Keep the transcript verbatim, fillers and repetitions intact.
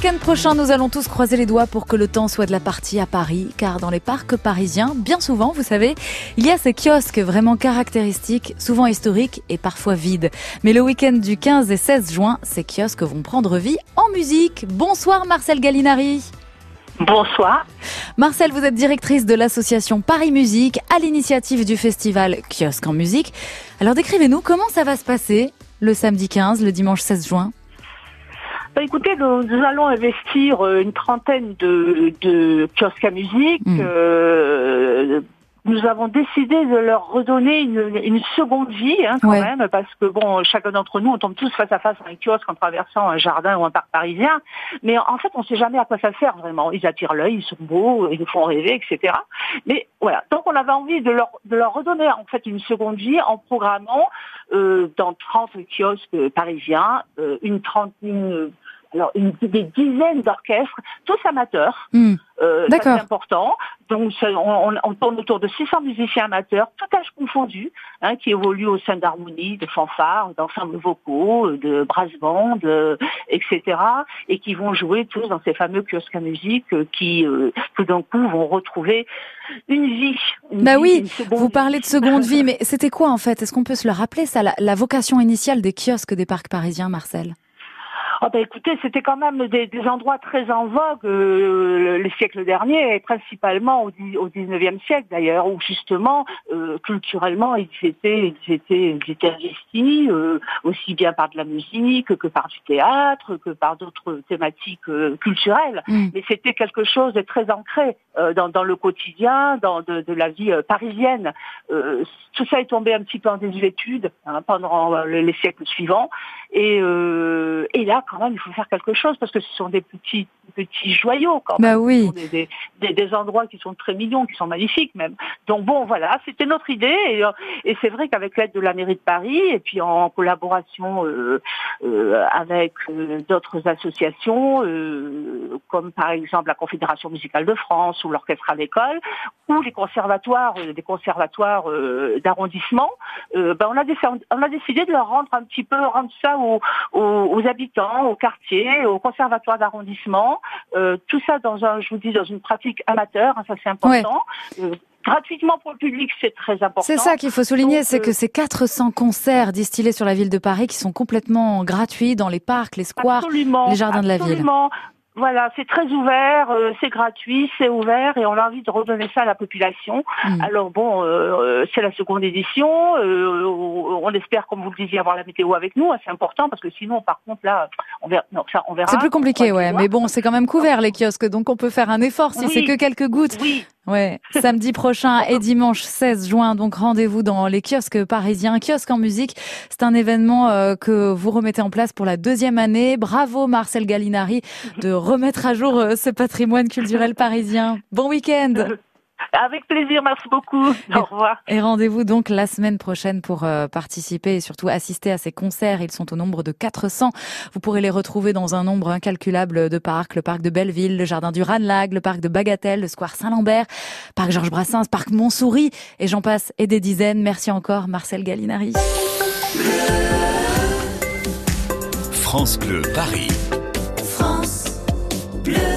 week-end prochain, nous allons tous croiser les doigts pour que le temps soit de la partie à Paris, car dans les parcs parisiens, bien souvent, vous savez, il y a ces kiosques vraiment caractéristiques, souvent historiques et parfois vides. Mais le week-end du quinze et seize juin, ces kiosques vont prendre vie en musique. Bonsoir Marcel Gallinari. Bonsoir. Marcel, vous êtes directrice de l'association Paris Musique, à l'initiative du festival Kiosque en musique. Alors décrivez-nous comment ça va se passer le samedi quinze, le dimanche seize juin. Bah, écoutez, nous, nous allons investir une trentaine de, de kiosques à musique. Mmh. Euh, nous avons décidé de leur redonner une, une seconde vie, hein, quand ouais. même, parce que bon, chacun d'entre nous, on tombe tous face à face à un kiosque en traversant un jardin ou un parc parisien. Mais en fait, on ne sait jamais à quoi ça sert vraiment. Ils attirent l'œil, ils sont beaux, ils nous font rêver, et cetera. Mais voilà, donc on avait envie de leur, de leur redonner en fait une seconde vie en programmant euh, dans trente kiosques parisiens, euh, une trentaine. Alors, une, des dizaines d'orchestres, tous amateurs. Mmh. Euh, ça, c'est important. Donc, ça, on, on tourne autour de six cents musiciens amateurs, tout âge confondu, hein, qui évoluent au sein d'harmonie, de fanfares, d'ensembles vocaux, de brass band, de, et cetera. Et qui vont jouer tous dans ces fameux kiosques à musique euh, qui, euh, tout d'un coup, vont retrouver une vie. Une bah vie, oui, vous parlez de seconde vie, mais c'était quoi en fait? Est-ce qu'on peut se le rappeler, ça, la, la vocation initiale des kiosques des parcs parisiens, Marcel? Oh ben écoutez, c'était quand même des, des endroits très en vogue euh, les siècles derniers, et principalement au, au dix-neuvième siècle d'ailleurs, où justement, euh, culturellement, ils étaient, ils étaient, ils étaient investis, euh, aussi bien par de la musique que par du théâtre, que par d'autres thématiques euh, culturelles. Mmh. Mais c'était quelque chose de très ancré euh, dans, dans le quotidien, dans de, de la vie euh, parisienne. Euh, tout ça est tombé un petit peu en désuétude hein, pendant les, les siècles suivants, et, euh, et là, quand même, il faut faire quelque chose parce que ce sont des petits petits joyaux quand même. Bah oui. Des, des, des endroits qui sont très mignons, qui sont magnifiques même. Donc bon, voilà, c'était notre idée et, et c'est vrai qu'avec l'aide de la mairie de Paris et puis en collaboration euh, euh, avec euh, d'autres associations euh, comme par exemple la Confédération musicale de France ou l'Orchestre à l'école ou les conservatoires, euh, des conservatoires euh, d'arrondissement, euh, ben on a décidé, on a décidé de leur rendre un petit peu, rendre ça aux, aux, aux habitants, au quartier, au conservatoire d'arrondissement, euh, tout ça dans un, je vous dis, dans une pratique amateur, hein, ça c'est important. Ouais. Euh, gratuitement pour le public, c'est très important. C'est ça qu'il faut souligner, Donc, c'est euh... que ces quatre cents concerts distillés sur la ville de Paris qui sont complètement gratuits dans les parcs, les squares, absolument, les jardins absolument. de la ville. Voilà, c'est très ouvert, euh, c'est gratuit, c'est ouvert et on a envie de redonner ça à la population. Mmh. Alors bon, euh, c'est la seconde édition, euh, on espère, comme vous le disiez, avoir la météo avec nous, hein, c'est important parce que sinon, par contre, là, on verra. Non, ça, on verra. C'est plus compliqué, ouais, mais bon, c'est quand même couvert les kiosques, donc on peut faire un effort si oui. c'est que quelques gouttes. Oui. Ouais, samedi prochain et dimanche seize juin, donc rendez-vous dans les kiosques parisiens, kiosques en musique. C'est un événement euh, que vous remettez en place pour la deuxième année. Bravo Marcel Gallinari de remettre à jour euh, ce patrimoine culturel parisien. Bon week-end. Avec plaisir, merci beaucoup. Au revoir. Et rendez-vous donc la semaine prochaine pour euh, participer et surtout assister à ces concerts. Ils sont au nombre de quatre cents. Vous pourrez les retrouver dans un nombre incalculable de parcs. Le parc de Belleville, le jardin du Ranelagh, le parc de Bagatelle, le square Saint-Lambert, parc Georges Brassens, parc Montsouris et j'en passe et des dizaines. Merci encore Marcel Gallinari. France Bleu Paris. France Bleu.